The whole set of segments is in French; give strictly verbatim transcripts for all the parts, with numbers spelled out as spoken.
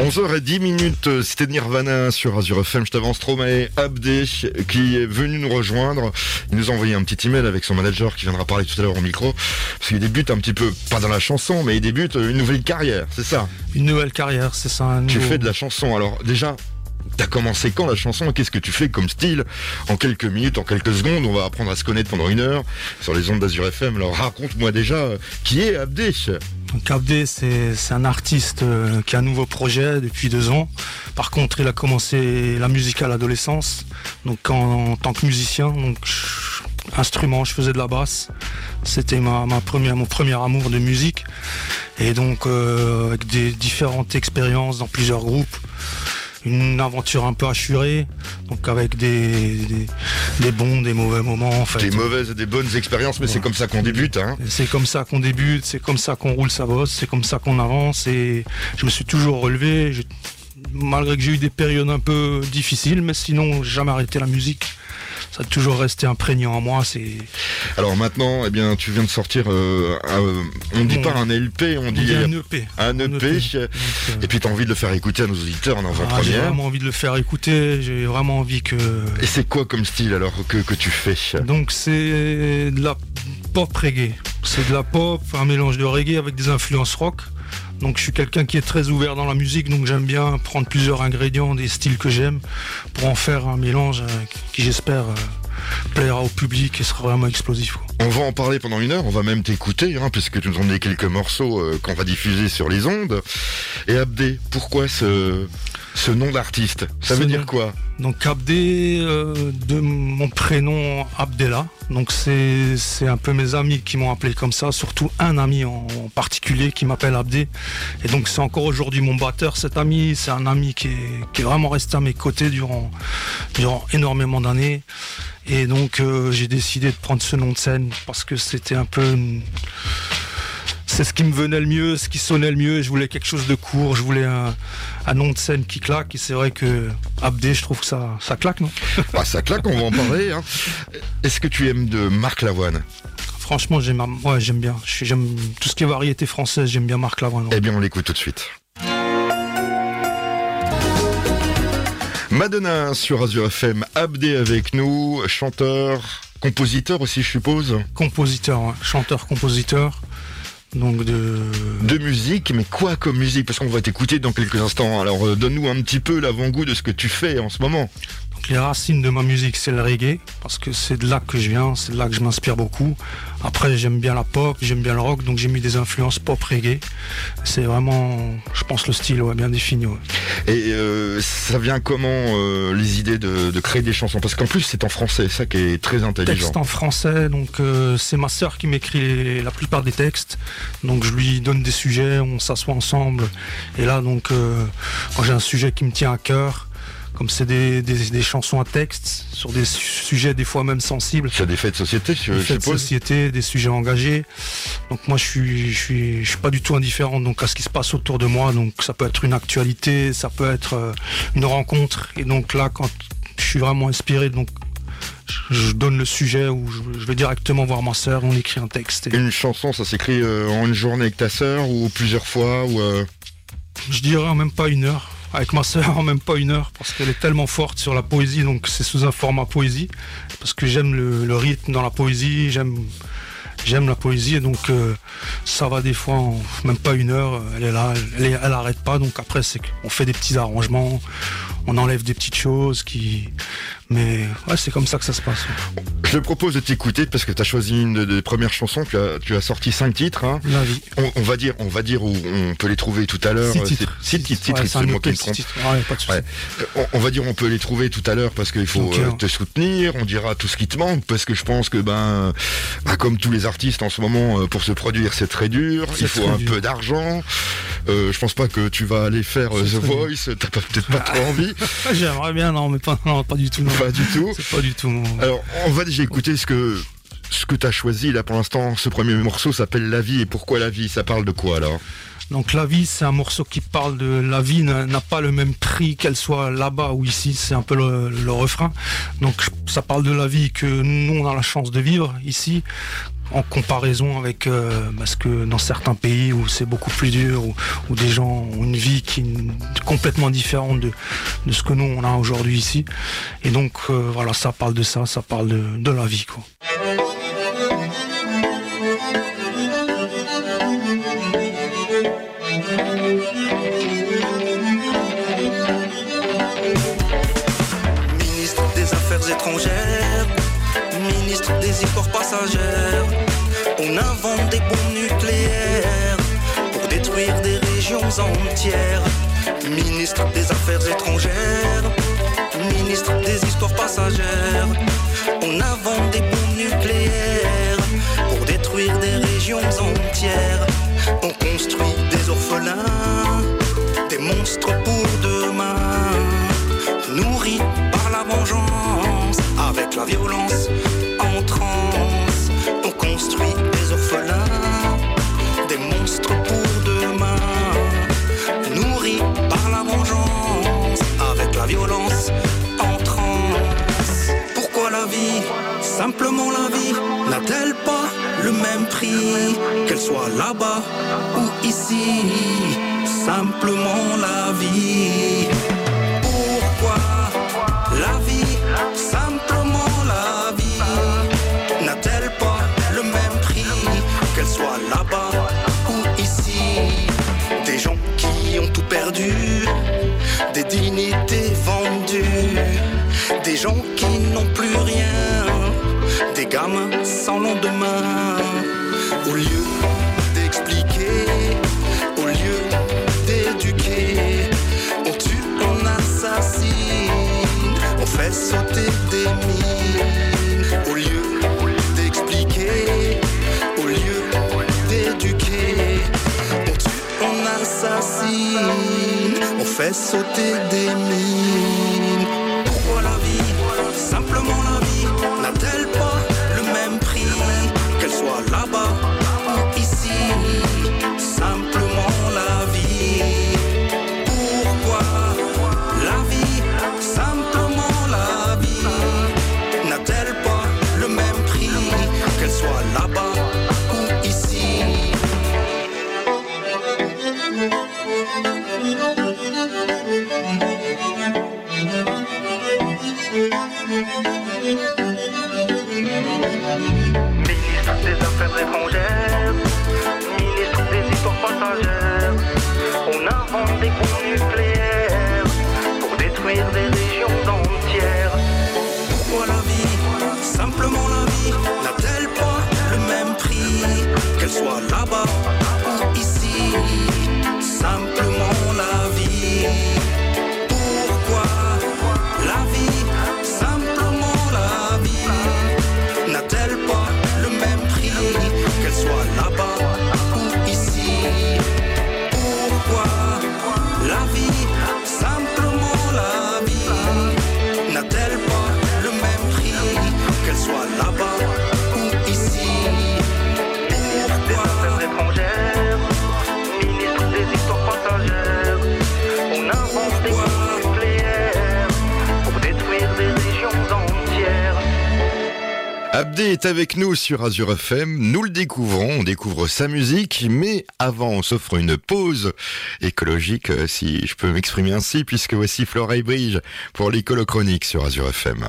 onze heures dix minutes, c'était Nirvana sur Azure F M. Je t'avance Stromae Abdé qui est venu nous rejoindre. Il nous a envoyé un petit email avec son manager qui viendra parler tout à l'heure au micro. Parce qu'il débute un petit peu, pas dans la chanson, mais il débute une nouvelle carrière, c'est ça? Une nouvelle carrière, c'est ça. Tu nouveau... fais de la chanson, alors déjà... T'as commencé quand la chanson? Qu'est-ce que tu fais comme style? En quelques minutes, en quelques secondes, on va apprendre à se connaître pendant une heure sur les ondes d'Azure F M. Alors raconte-moi déjà, euh, qui est Abdé? Donc Abdé, c'est, c'est un artiste euh, qui a un nouveau projet depuis deux ans. Par contre, il a commencé la musique à l'adolescence, donc en, en tant que musicien, donc je, instrument, je faisais de la basse. C'était ma, ma première, mon premier amour de musique. Et donc euh, avec des différentes expériences dans plusieurs groupes. Une aventure un peu assurée, donc avec des, des, des bons, des mauvais moments en fait. Des mauvaises et des bonnes expériences, mais ouais. C'est comme ça qu'on débute, hein. C'est comme ça qu'on débute, c'est comme ça qu'on roule sa bosse, c'est comme ça qu'on avance, et je me suis toujours relevé, j'ai, malgré que j'ai eu des périodes un peu difficiles, mais sinon j'ai jamais arrêté la musique. Ça a toujours resté imprégnant en moi. C'est... Alors maintenant, eh bien, tu viens de sortir, euh, un, on dit bon, pas un L P, on, on dit, dit un E P. Un E P. Un E P. Donc, euh... Et puis tu as envie de le faire écouter à nos auditeurs en avant-première. Ah, j'ai vraiment envie de le faire écouter, j'ai vraiment envie que... Et c'est quoi comme style alors que, que tu fais? Donc c'est de la pop reggae. C'est de la pop, un mélange de reggae avec des influences rock. Donc je suis quelqu'un qui est très ouvert dans la musique, donc j'aime bien prendre plusieurs ingrédients des styles que j'aime pour en faire un mélange euh, qui j'espère euh, plaira au public et sera vraiment explosif, quoi. On va en parler pendant une heure, on va même t'écouter, hein, puisque tu nous en donnes quelques morceaux euh, qu'on va diffuser sur les ondes. Et Abdé, pourquoi ce, ce nom d'artiste? Ça ce veut nom... dire quoi? Donc Abdé, euh, de mon prénom Abdella. Donc c'est, c'est un peu mes amis qui m'ont appelé comme ça, surtout un ami en, en particulier qui m'appelle Abdé. Et donc c'est encore aujourd'hui mon batteur, cet ami. C'est un ami qui est, qui est vraiment resté à mes côtés durant, durant énormément d'années. Et donc euh, j'ai décidé de prendre ce nom de scène parce que c'était un peu... Une... C'est ce qui me venait le mieux, ce qui sonnait le mieux. Je voulais quelque chose de court, je voulais un, un nom de scène qui claque. Et c'est vrai que Abdé, je trouve que ça, ça claque, non? Bah, ça claque, on va en parler. Hein. Est-ce que tu aimes de Marc Lavoine? Franchement, j'aime, ouais, j'aime bien. J'aime tout ce qui est variété française, j'aime bien Marc Lavoine. Eh bien, on l'écoute tout de suite. Madonna sur Azure F M, Abdé avec nous, chanteur, compositeur aussi, je suppose. Compositeur, ouais. Chanteur, compositeur. Donc de... de musique, mais quoi comme musique? Parce qu'on va t'écouter dans quelques instants. Alors euh, donne-nous un petit peu l'avant-goût de ce que tu fais en ce moment. Donc les racines de ma musique, c'est le reggae, parce que c'est de là que je viens, c'est de là que je m'inspire beaucoup. Après, j'aime bien la pop, j'aime bien le rock, donc j'ai mis des influences pop reggae. C'est vraiment, je pense, le style ouais, bien défini. Ouais. Et euh, ça vient comment euh, les idées de, de créer des chansons? Parce qu'en plus, c'est en français, ça qui est très intelligent. Texte en français, donc euh, c'est ma sœur qui m'écrit la plupart des textes. Donc je lui donne des sujets, on s'assoit ensemble. Et là, donc, euh, quand j'ai un sujet qui me tient à cœur, comme c'est des, des, des chansons à texte, sur des su- sujets des fois même sensibles. C'est des faits de société, je, des je faits de société, des sujets engagés. Donc moi je suis, je suis, je suis pas du tout indifférent donc à ce qui se passe autour de moi. Donc ça peut être une actualité, ça peut être euh, une rencontre. Et donc là, quand je suis vraiment inspiré, donc je donne le sujet où je vais directement voir ma sœur, on écrit un texte. Et... Une chanson, ça s'écrit euh, en une journée avec ta sœur ou plusieurs fois ou euh... Je dirais même pas une heure. Avec ma sœur, en même pas une heure, parce qu'elle est tellement forte sur la poésie, donc c'est sous un format poésie, parce que j'aime le, le rythme dans la poésie, j'aime, j'aime la poésie, et donc euh, ça va des fois en même pas une heure, elle est là, elle, est, elle arrête pas, donc après c'est qu'on fait des petits arrangements, on enlève des petites choses qui... Mais ouais, c'est comme ça que ça se passe. Je te propose de t'écouter parce que tu as choisi une des premières chansons, tu as, tu as sorti cinq titres. Hein. La vie. On, on va dire, on va dire où on peut les trouver tout à l'heure. Six titres. Six titres, titres ouais, c'est moi qui me trompe. Ouais, pas de souci. Ouais. On, on va dire on peut les trouver tout à l'heure parce qu'il faut okay, euh, te soutenir, on dira tout ce qui te manque parce que je pense que ben, ben comme tous les artistes en ce moment, pour se produire c'est très dur, c'est il faut un dur. peu d'argent. Euh, je pense pas que tu vas aller faire euh, The Voice, t'as pas, peut-être pas trop envie. J'aimerais bien, non mais pas, non, pas du tout. Non. Pas du tout. C'est pas du tout. Mon... Alors, on va déjà écouter ce que ce que t'as choisi là pour l'instant. Ce premier morceau s'appelle La vie. Et pourquoi la vie? Ça parle de quoi alors? Donc La vie, c'est un morceau qui parle de la vie n'a, n'a pas le même prix qu'elle soit là-bas ou ici. C'est un peu le, le refrain. Donc ça parle de la vie que nous on a la chance de vivre ici. en comparaison avec euh, parce que dans certains pays où c'est beaucoup plus dur, où, où des gens ont une vie qui est complètement différente de, de ce que nous on a aujourd'hui ici. Et donc euh, voilà, ça parle de ça, ça parle de, de la vie, quoi. Ministre des Affaires étrangères, ministre des histoires passagères, on invente des bombes nucléaires pour détruire des régions entières. Ministre des Affaires étrangères, ministre des histoires passagères, on invente des bombes nucléaires pour détruire des régions entières. On construit des orphelins, des monstres pour demain, nourris par la vengeance, avec la violence en transe. On construit des orphelins, des monstres pour demain, nourris par la vengeance, avec la violence en transe. Pourquoi la vie, simplement la vie, n'a-t-elle pas le même prix, qu'elle soit là-bas ou ici? Simplement la vie. Pourquoi la vie, simplement la vie, n'a-t-elle pas le même prix, qu'elle soit là-bas ou ici? Des gens qui ont tout perdu, des dignités vendues, des gens qui n'ont plus rien, des gamins sans lendemain. Au lieu d'expliquer, au lieu d'éduquer, on tue, on assassine, on fait sauter des mines. Au lieu d'expliquer, au lieu d'éduquer, on tue, on assassine, on fait sauter des mines. Pourquoi la vie, simplement la vie, n'a-t-elle pas le même prix, qu'elle soit là-bas ou ici? Simplement la vie. Pourquoi la vie, simplement la vie, n'a-t-elle pas le même prix, qu'elle soit là-bas ou ici? Ministre des Affaires étrangères, ministre des histoires passagères, on invente des bombes nucléaires pour détruire des régions entières. Pourquoi la vie, simplement la vie, n'a-t-elle pas le même prix, qu'elle soit là-bas ou ici? Simplement la vie. Pourquoi la vie, simplement la vie, n'a-t-elle pas le même prix, qu'elle soit là-bas ou ici? Pourquoi la vie, simplement la vie, n'a-t-elle pas le même prix, qu'elle soit là-bas ou ici? Ministre des Affaires étrangères, ministre des histoires passagères, on invente des bombes nucléaires pour détruire des régions entières. Abdé est avec nous sur Azure F M, nous le découvrons, on découvre sa musique, mais avant on s'offre une pause écologique, si je peux m'exprimer ainsi, puisque voici Flora et Bridge pour l'écolo-chronique sur Azure F M.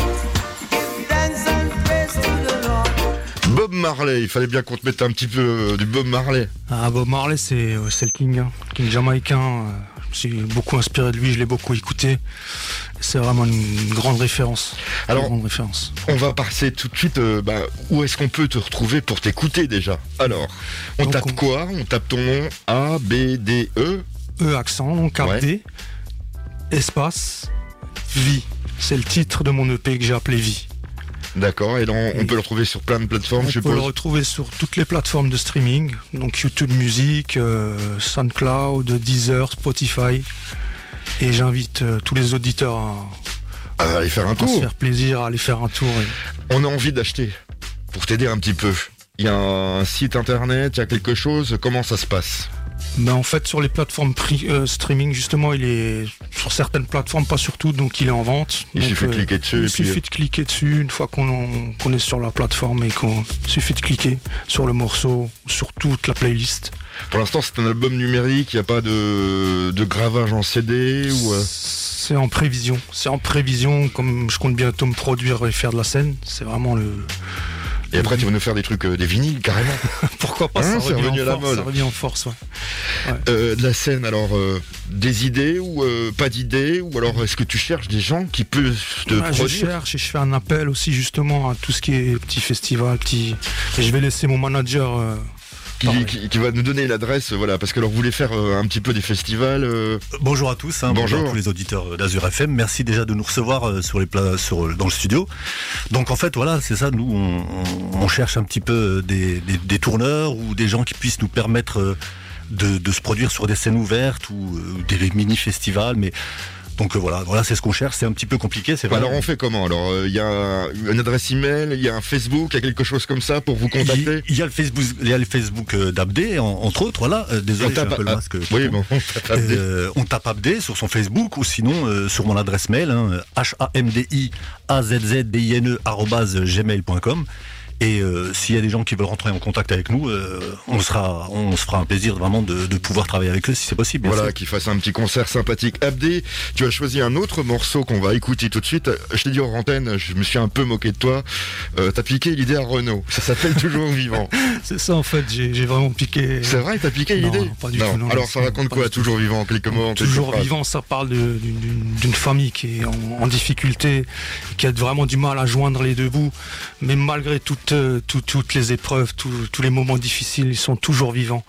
Bob Marley, il fallait bien qu'on te mette un petit peu du Bob Marley. Ah, Bob Marley, c'est, c'est le king, hein. King jamaïcain. Je suis beaucoup inspiré de lui, je l'ai beaucoup écouté. C'est vraiment une grande référence. Alors, grande référence. On va passer tout de suite. Euh, bah, où est-ce qu'on peut te retrouver pour t'écouter déjà? Alors, on donc tape on... quoi? On tape ton nom A, B, D, E. E accent, donc Abdé, ouais. Espace, Vie. C'est le titre de mon E P que j'ai appelé Vie. D'accord, et donc on et peut le retrouver sur plein de plateformes, on je peut suppose. le retrouver sur toutes les plateformes de streaming, donc YouTube Music, euh, SoundCloud, Deezer, Spotify. Et j'invite euh, tous les auditeurs à, à aller faire un tour. À se faire plaisir, à aller faire un tour. Et... On a envie d'acheter, pour t'aider un petit peu. Il y a un site internet, il y a quelque chose, comment ça se passe? Ben en fait, sur les plateformes pri- euh, streaming, justement, il est sur certaines plateformes, pas sur toutes, donc il est en vente. Il donc, suffit de euh, cliquer dessus. Il et suffit puis... de cliquer dessus une fois qu'on, qu'on est sur la plateforme et qu'on suffit de cliquer sur le morceau, sur toute la playlist. Pour l'instant, c'est un album numérique, il n'y a pas de, de gravage en C D ou... Euh... C'est en prévision. C'est en prévision, comme je compte bientôt me produire et faire de la scène. C'est vraiment le... Et après, tu vas nous faire des trucs, euh, des vinyles, carrément. Pourquoi pas, hein, ça c'est revient revenu en à la force, mode. Ça revient en force, ouais. ouais. Euh, de la scène, alors, euh, des idées ou euh, pas d'idées? Ou alors, est-ce que tu cherches des gens qui peuvent te ouais, produire? Je cherche et je fais un appel aussi, justement, à tout ce qui est petit festival, petit... Et je vais laisser mon manager... Euh... Qui, qui, qui va nous donner l'adresse, voilà, parce que alors vous voulez faire euh, un petit peu des festivals. Euh... Bonjour à tous, hein, bonjour. bonjour à tous les auditeurs d'Azur F M. Merci déjà de nous recevoir euh, sur les plats, sur dans le studio. Donc en fait voilà, c'est ça. Nous on, on, on cherche un petit peu des, des, des tourneurs ou des gens qui puissent nous permettre euh, de, de se produire sur des scènes ouvertes ou euh, des mini festivals, mais donc euh, voilà, voilà, c'est ce qu'on cherche. C'est un petit peu compliqué, c'est vrai. Alors on fait comment? Alors il euh, y a une adresse email, il y a un Facebook, il y a quelque chose comme ça pour vous contacter. Il y, y a le Facebook, il y a le Facebook euh, d'Abdé en, entre autres. Voilà, euh, désolé, j'ai un peu le masque. Ah, oui, bon, on tape Abdé. Euh, on tape Abdé sur son Facebook ou sinon euh, sur mon adresse mail hein, h a m d i a z z d i n e arobase gmail point com. Et euh, s'il y a des gens qui veulent rentrer en contact avec nous, euh, on sera, on se fera un plaisir vraiment de, de pouvoir travailler avec eux si c'est possible. Voilà, qu'ils fassent un petit concert sympathique. Abdé, tu as choisi un autre morceau qu'on va écouter tout de suite. Je t'ai dit hors antenne, je me suis un peu moqué de toi. Euh, t'as piqué l'idée à Renaud. Ça s'appelle Toujours Vivant. C'est ça en fait, j'ai, j'ai vraiment piqué. C'est vrai, t'as piqué l'idée? Non, pas du non. tout. Non, alors ça raconte quoi, Toujours Vivant, en quelques mots? Toujours Vivant, ça parle de, d'une, d'une famille qui est en, en difficulté, qui a vraiment du mal à joindre les deux bouts, mais malgré toutes, toutes, toutes les épreuves, tous, tous les moments difficiles, ils sont toujours vivants.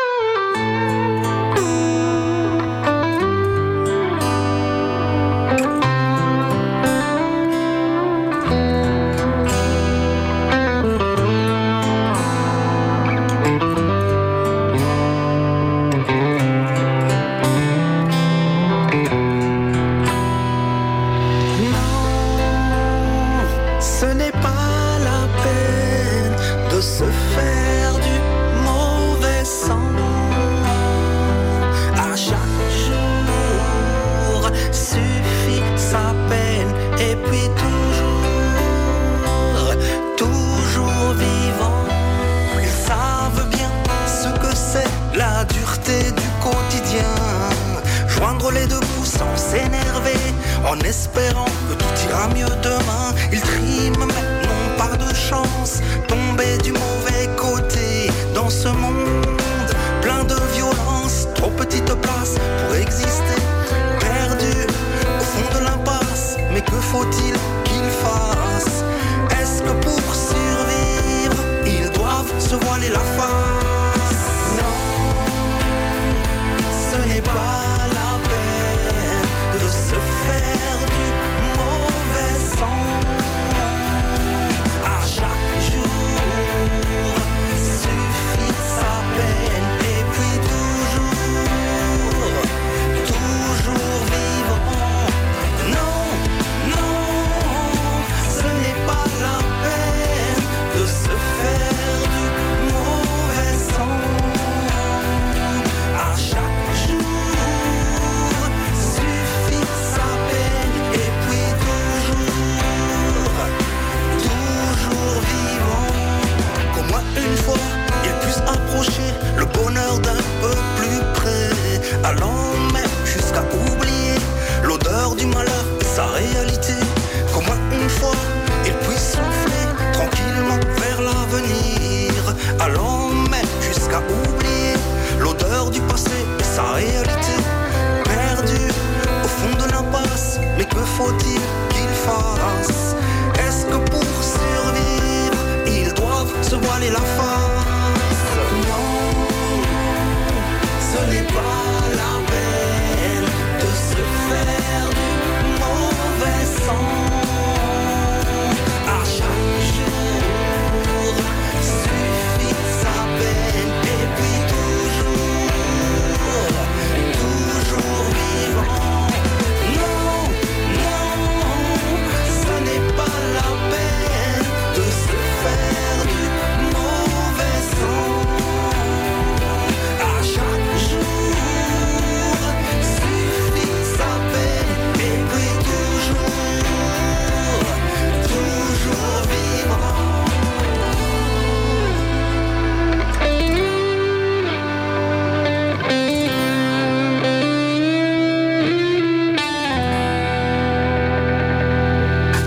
En espérant que tout ira mieux demain, ils triment mais n'ont pas de chance. Tomber du mauvais côté dans ce monde plein de violence. Trop petite place pour exister, perdu au fond de l'impasse. Mais que faut-il qu'ils fassent? Est-ce que pour survivre, ils doivent se voiler la face? Non, ce n'est pas se faire du mauvais sang. À chaque jour suffit sa peine. Et puis toujours, toujours vivant. Non, non,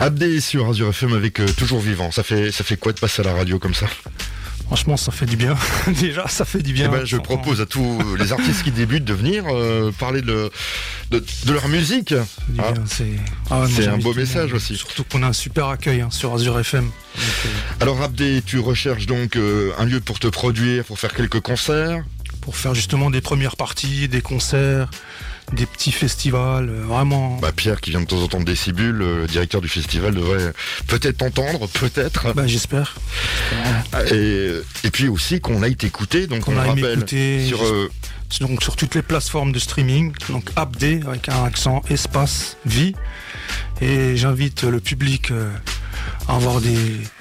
Abdé sur Azure F M avec euh, Toujours Vivant. Ça fait, ça fait quoi de passer à la radio comme ça? Franchement, ça fait du bien. Déjà, ça fait du bien. Eh ben, je propose à tous les artistes qui débutent de venir euh, parler de, de, de leur musique. Ah. C'est ah, ouais, un beau message aussi. Surtout qu'on a un super accueil hein, sur Azure F M. Donc, euh... Alors Abdé, tu recherches donc euh, un lieu pour te produire, pour faire quelques concerts? Pour faire justement des premières parties, des concerts, des petits festivals, euh, vraiment. Bah Pierre, qui vient de temps en temps de Décibule, le directeur du festival, devrait peut-être t'entendre, peut-être. Bah j'espère. Et, et puis aussi qu'on aille t'écouter, donc on, on rappelle sur, euh... donc sur toutes les plateformes de streaming, donc Abdé avec un accent espace vie. Et j'invite le public euh, à avoir des.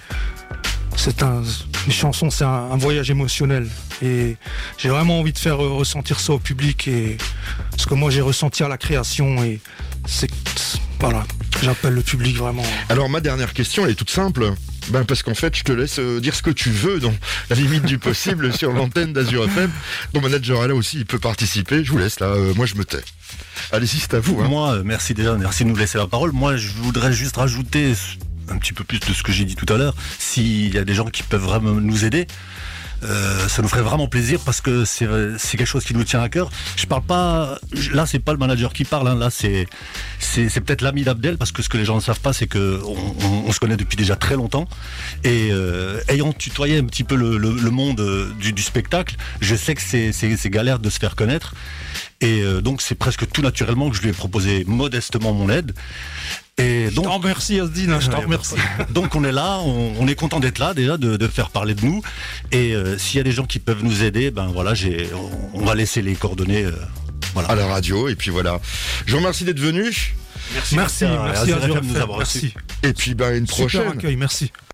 C'est un. Les chansons, c'est un, un voyage émotionnel. Et j'ai vraiment envie de faire ressentir ça au public. Et ce que moi j'ai ressenti à la création. Et c'est. Voilà. J'appelle le public vraiment. Alors ma dernière question, elle est toute simple. Ben parce qu'en fait, je te laisse euh, dire ce que tu veux dans la limite du possible sur l'antenne d'Azure F M. Ton manager là aussi, il peut participer. Je vous laisse là. Euh, moi, je me tais. Allez-y, c'est à vous. Hein. Moi, euh, merci déjà. Merci de nous laisser la parole. Moi, je voudrais juste rajouter un petit peu plus de ce que j'ai dit tout à l'heure. S'il y a des gens qui peuvent vraiment nous aider, euh, ça nous ferait vraiment plaisir parce que c'est, c'est quelque chose qui nous tient à cœur. Je parle pas, là c'est pas le manager qui parle, hein, là c'est, c'est, c'est peut-être l'ami d'Abdel, parce que ce que les gens ne savent pas, c'est que on, on, on se connaît depuis déjà très longtemps et euh, ayant tutoyé un petit peu le, le, le monde du, du spectacle, je sais que c'est, c'est, c'est galère de se faire connaître et euh, donc c'est presque tout naturellement que je lui ai proposé modestement mon aide. Et donc, je t'en remercie Asdine, je t'en remercie. Donc on est là, on, on est content d'être là déjà, de, de faire parler de nous. Et euh, s'il y a des gens qui peuvent nous aider, ben voilà, j'ai, on, on va laisser les coordonnées euh, voilà. à la radio. Et puis voilà. Je vous remercie d'être venu. Merci, merci, merci, merci à, à, à, à nous avoir reçu. Et puis ben une Super prochaine. Accueil, merci.